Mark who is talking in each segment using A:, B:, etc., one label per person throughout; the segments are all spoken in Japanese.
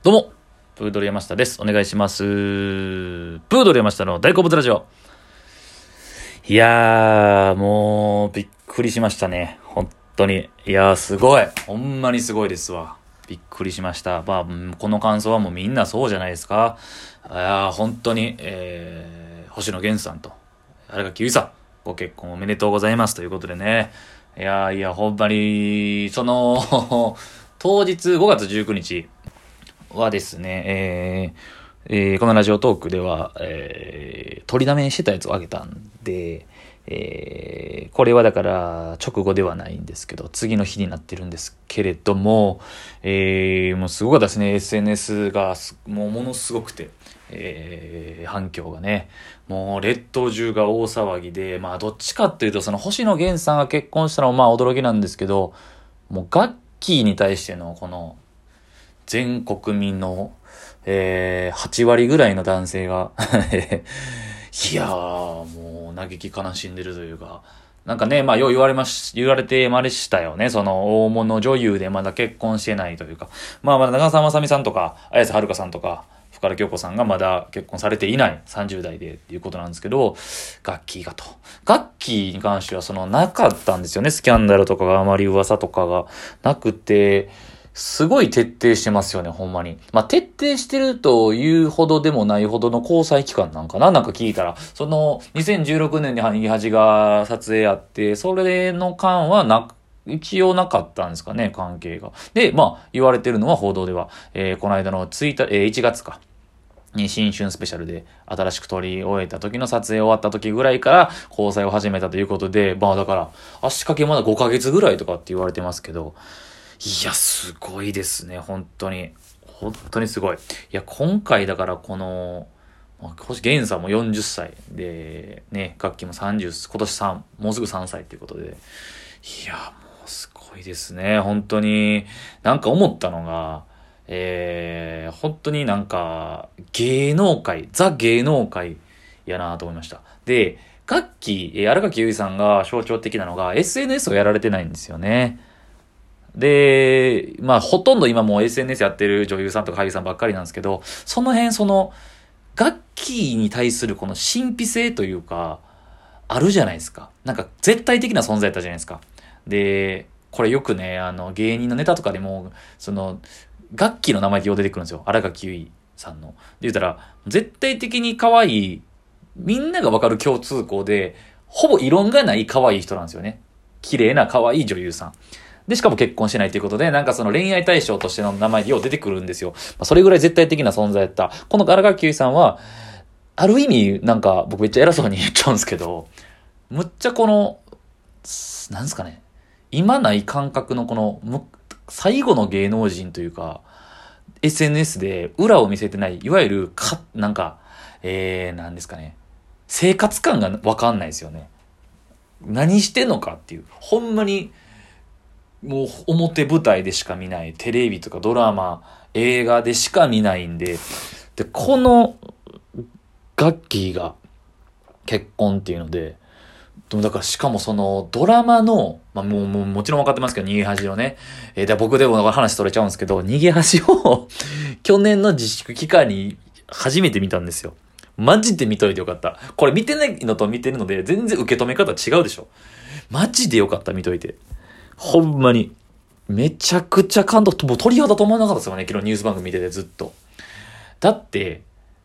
A: どうも、プードル山下です。お願いします。プードル山下の大好物ラジオ。いやー、もう、びっくりしましたね。本当に。いやー、すごい。ほんまにすごいですわ。びっくりしました。まあ、この感想はもうみんなそうじゃないですか。いやー、本当に、星野源さんと、新垣結衣さん、ご結婚おめでとうございますということでね。いやー、ほんまに、当日5月19日、はですね、このラジオトークでは、取りだめしてたやつをあげたんで、これはだから直後ではないんですけど、次の日になってるんですけれども、もうすごかったですね。SNS がもうものすごくて、反響がね、もう列島中が大騒ぎで、まあどっちかっていうと、その星野源さんが結婚したのもまあ驚きなんですけど、もうガッキーに対してのこの、全国民の、8割ぐらいの男性がいやー、もう嘆き悲しんでるというか、なんかね、まあ、よう言われてましたよね。その、大物女優でまだ結婚してないというか。まあ、まだ長澤まさみさんとか、綾瀬はるかさんとか、深田恭子さんがまだ結婚されていない30代でっていうことなんですけど、ガッキーがと。ガッキーに関してはなかったんですよね。スキャンダルとかがあまり噂とかがなくて、すごい徹底してますよね、ほんまに。まあ、徹底してるというほどでもないほどの交際期間なんかななんか聞いたら。2016年にハニギハジが撮影あって、それの間は一応なかったんですかね、関係が。で、まあ、言われてるのは報道では、この間の1月か。に新春スペシャルで新しく撮り終えた時の撮影終わった時ぐらいから交際を始めたということで、まあだから、足掛けまだ5ヶ月ぐらいとかって言われてますけど、いや、すごいですね、本当に。本当にすごい。いや、今回だから星源さんも40歳で、ね、楽器も30、今年3、もうすぐ3歳っていうことで。いや、もうすごいですね、本当に。なんか思ったのが、本当になんか、ザ芸能界やなと思いました。で、新垣結衣さんが象徴的なのが SNS をやられてないんですよね。で、まあ、ほとんど今もう SNS やってる女優さんとか俳優さんばっかりなんですけど、その辺ガッキーに対するこの神秘性というか、あるじゃないですか。なんか絶対的な存在だったじゃないですか。で、これよくね、芸人のネタとかでも、ガッキーの名前でよう出てくるんですよ。新垣結衣さんの。で言ったら、絶対的に可愛い、みんながわかる共通項で、ほぼ異論がない可愛い人なんですよね。綺麗な可愛い女優さん。で、しかも結婚してないということで、なんか恋愛対象としての名前でよう出てくるんですよ。それぐらい絶対的な存在だった。この新垣結衣さんは、ある意味、なんか僕めっちゃ偉そうに言っちゃうんですけど、むっちゃなんですかね。今ない感覚の最後の芸能人というか、SNS で裏を見せてない、いわゆるなんか、なんですかね。生活感がわかんないですよね。何してんのかっていう。ほんまに、もう表舞台でしか見ない、テレビとかドラマ、映画でしか見ないんで、で、このガッキーが結婚っていうので、だからしかもドラマの、まあもちろん分かってますけど、逃げ恥をね。で僕でも話取れちゃうんですけど、逃げ恥を去年の自粛期間に初めて見たんですよ。マジで見といてよかった。これ見てないのと見てるので全然受け止め方違うでしょ。マジでよかった、見といて。ほんまに。めちゃくちゃ感動。もう鳥肌止まんなかったですよね。昨日ニュース番組見ててずっと。だって、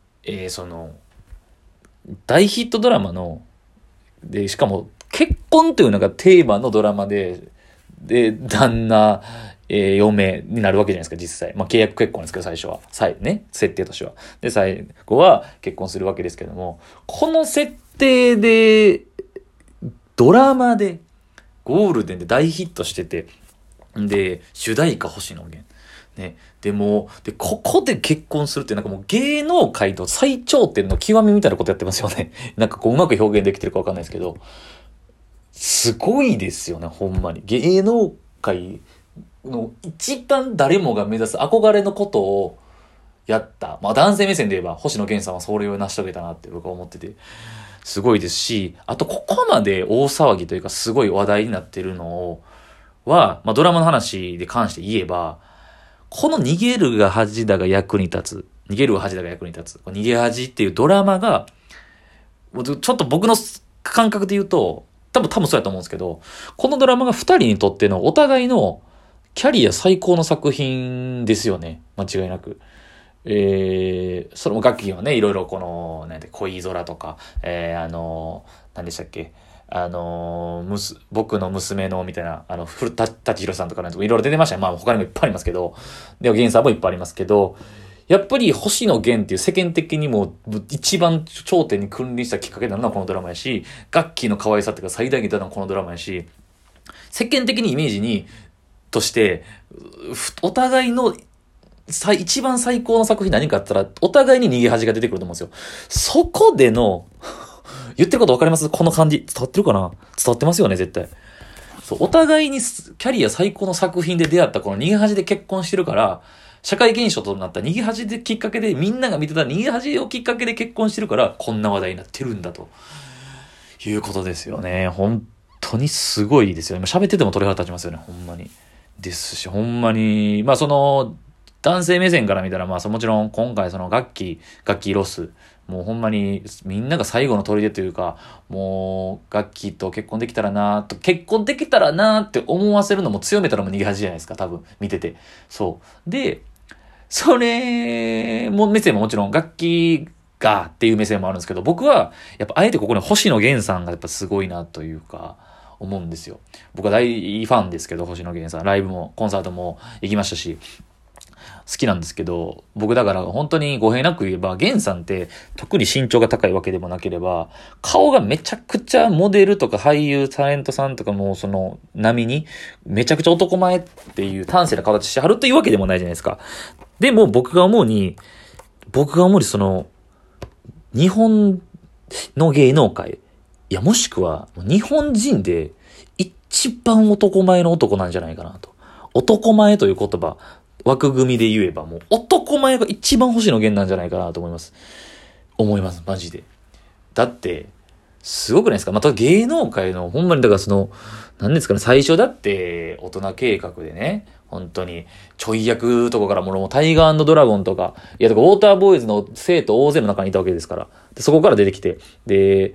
A: 大ヒットドラマで、しかも結婚というのがテーマのドラマで、旦那、嫁になるわけじゃないですか、実際。まあ、契約結婚ですけど、最初は。設定としては。で、最後は結婚するわけですけども、この設定で、ドラマで、ゴールデンで大ヒットしてて、で、主題歌星野源。ね。で、ここで結婚するってなんかもう芸能界の最頂点の極みみたいなことやってますよね。なんかうまく表現できてるかわかんないですけど、すごいですよね、ほんまに。芸能界の一番誰もが目指す憧れのことをやった。まあ男性目線で言えば星野源さんはそれを成し遂げたなって僕は思ってて、すごいですし、あとここまで大騒ぎというかすごい話題になってるのは、まあドラマの話で関して言えば、 この逃げるが恥だが役に立つ。逃げるが恥だが役に立つ。逃げ恥っていうドラマが、ちょっと僕の感覚で言うと、多分そうやと思うんですけど、このドラマが二人にとってのお互いのキャリア最高の作品ですよね。間違いなく。それも楽器はね、いろいろこの、恋空とか、何でしたっけ、僕の娘のみたいな、舘ひろしさんとかね、いろいろ出てましたね。まあ他にもいっぱいありますけど、でも源さんもいっぱいありますけど、やっぱり星野源っていう世間的にも一番頂点に君臨したきっかけなのはこのドラマやし、楽器の可愛さっていうか最大限出たのはこのドラマやし、世間的にイメージに、として、お互いの一番最高の作品何かあったら、お互いに逃げ恥が出てくると思うんですよ。そこでの、言ってること分かります？この感じ。伝わってるかな？伝わってますよね、絶対。そう、お互いにキャリア最高の作品で出会ったこの逃げ恥で結婚してるから、社会現象となった逃げ恥できっかけで、みんなが見てた逃げ恥をきっかけで結婚してるから、こんな話題になってるんだと。いうことですよね。本当にすごいですよね。喋ってても鳥肌立ちますよね、ほんまに。ですし、ほんまに、まあ男性目線から見たら、まあもちろん今回楽器ロス、もうほんまにみんなが最後の砦というか、もう楽器と結婚できたらなって思わせるのも強めたらもう逃げ恥じゃないですか、多分見てて。そう。で、それも目線ももちろん楽器がっていう目線もあるんですけど、僕はやっぱあえてここに星野源さんがやっぱすごいなというか、思うんですよ。僕は大ファンですけど、星野源さん。ライブもコンサートも行きましたし、好きなんですけど、僕だから本当に語弊なく言えば、源さんって特に身長が高いわけでもなければ、顔がめちゃくちゃモデルとか俳優、タレントさんとかも波に、めちゃくちゃ男前っていう端正な顔立ちしてはるというわけでもないじゃないですか。でも僕が思うに日本の芸能界、いやもしくは日本人で一番男前の男なんじゃないかなと。男前という言葉、枠組みで言えばもう男前が一番星野源なんじゃないかなと思います、マジで。だって、すごくないですか？また芸能界のほんまにだから何ですかね、最初だって大人計画でね、本当にちょい役とかからもうタイガー&ドラゴンとか、いやとかウォーターボーイズの生徒大勢の中にいたわけですから。で、そこから出てきて、で、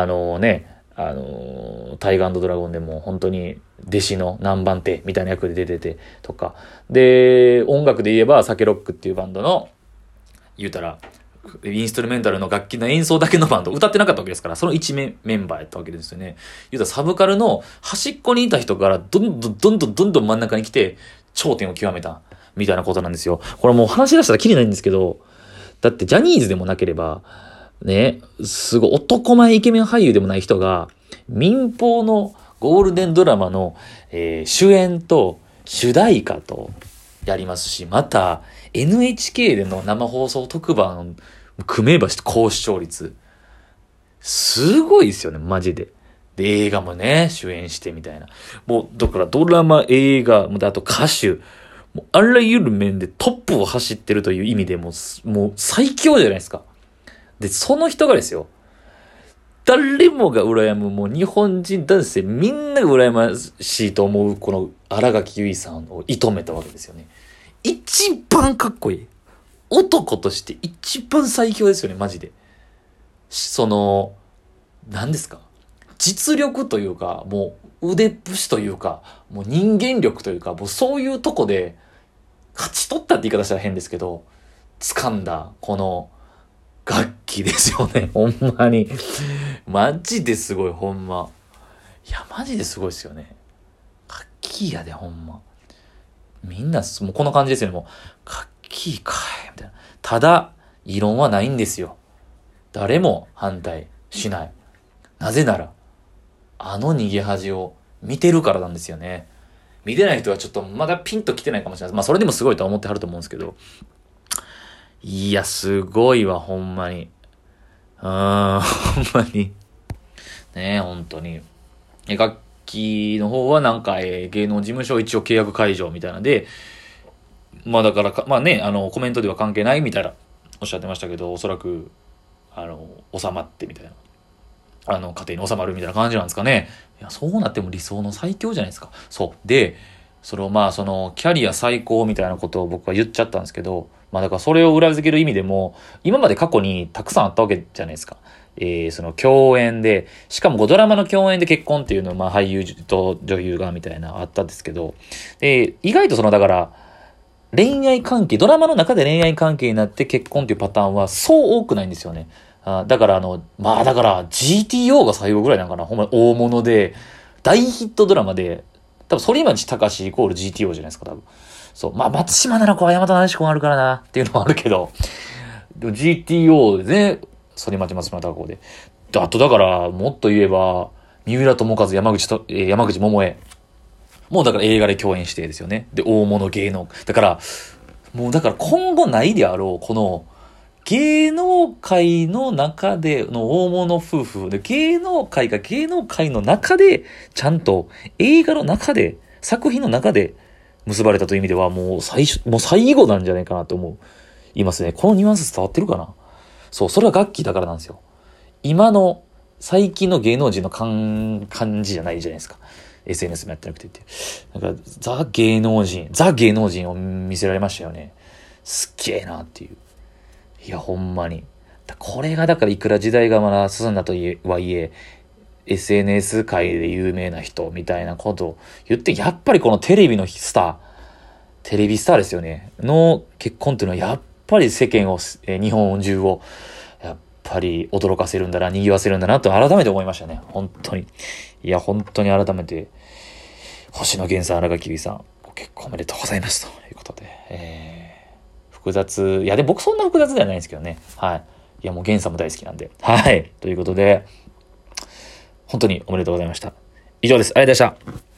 A: タイガー&ドラゴンでも本当に弟子の何番手みたいな役で出ててとか。で、音楽で言えばサケロックっていうバンドの、言うたら、インストゥルメンタルの楽器の演奏だけのバンド、歌ってなかったわけですから、その一メンバーやったわけですよね。言うたらサブカルの端っこにいた人からどんどん真ん中に来て、頂点を極めた、みたいなことなんですよ。これもう話し出したらキリないんですけど、だってジャニーズでもなければ、ね、すごい男前イケメン俳優でもない人が、民放のゴールデンドラマの、主演と主題歌とやりますし、また NHK での生放送特番組めば高視聴率。すごいですよね、マジで。で、映画もね、主演してみたいな。もう、だからドラマ、映画、あと歌手、もうあらゆる面でトップを走ってるという意味でもう最強じゃないですか。で、その人がですよ、誰もが羨む、もう日本人男性みんなが羨ましいと思うこの新垣結衣さんを射止めたわけですよね。一番かっこいい。男として一番最強ですよね、マジで。何ですか？実力というか、もう腕っぷしというか、もう人間力というか、もうそういうとこで勝ち取ったって言い方したら変ですけど、掴んだ、この楽器ですよね、ほんまに。マジですごい、ほんま。いや、マジですごいですよね。楽器やで、ほんま。みんな、もうこの感じですよね、もう。楽器かい、みたいな。ただ、異論はないんですよ。誰も反対しない。なぜなら、あの逃げ恥を見てるからなんですよね。見てない人はちょっとまだピンと来てないかもしれない。まあそれでもすごいとは思ってはると思うんですけど。いや、すごいわ、ほんまに。ほんまに。ねえ、本当に。楽器の方はなんか、芸能事務所一応契約解除みたいなので、まあだからまあね、コメントでは関係ないみたいなおっしゃってましたけど、おそらく、収まってみたいな。家庭に収まるみたいな感じなんですかね。いや、そうなっても理想の最強じゃないですか。そう。で、 その、キャリア最高みたいなことを僕は言っちゃったんですけど、だからそれを裏付ける意味でも、今まで過去にたくさんあったわけじゃないですか。その共演で、しかもドラマの共演で結婚っていうのは、俳優と女優がみたいなあったんですけど、意外とだから、恋愛関係、ドラマの中で恋愛関係になって結婚っていうパターンはそう多くないんですよね。だからだから GTO が最後ぐらいなんかな、ほんまに大物で、大ヒットドラマで、多分反町隆史イコール GTO じゃないですか、多分。そう。松島奈々子は大和なでしこがあるからな、っていうのもあるけど、でも GTO でね、松島隆子で。あとだから、もっと言えば、三浦友和、山口百恵。もうだから映画で共演してですよね。で、大物芸能。だから、だから今後ないであろう、この、芸能界の中での大物夫婦で、芸能界が芸能界の中で、ちゃんと映画の中で、作品の中で結ばれたという意味では、もう最後なんじゃないかなといますね。このニュアンス伝わってるかな。そう、それは楽器だからなんですよ。今の、最近の芸能人の感じじゃないじゃないですか。SNS もやってなくてって。なんか、ザ芸能人を見せられましたよね。すっげえなっていう。いや、ほんまに。これがだからいくら時代がまだ進んだとはいえ、SNS 界で有名な人みたいなことを言って、やっぱりこのテレビスターですよね。の結婚っていうのはやっぱり世間を、日本中を、やっぱり驚かせるんだな、賑わせるんだなと改めて思いましたね。本当に。いや、本当に改めて、星野源さん、新垣結衣さん、ご結婚おめでとうございますということで、複雑。いや、でも僕そんな複雑ではないんですけどね。はい。いや、もう源さんも大好きなんで。はい。ということで、本当におめでとうございました。以上です。ありがとうございました。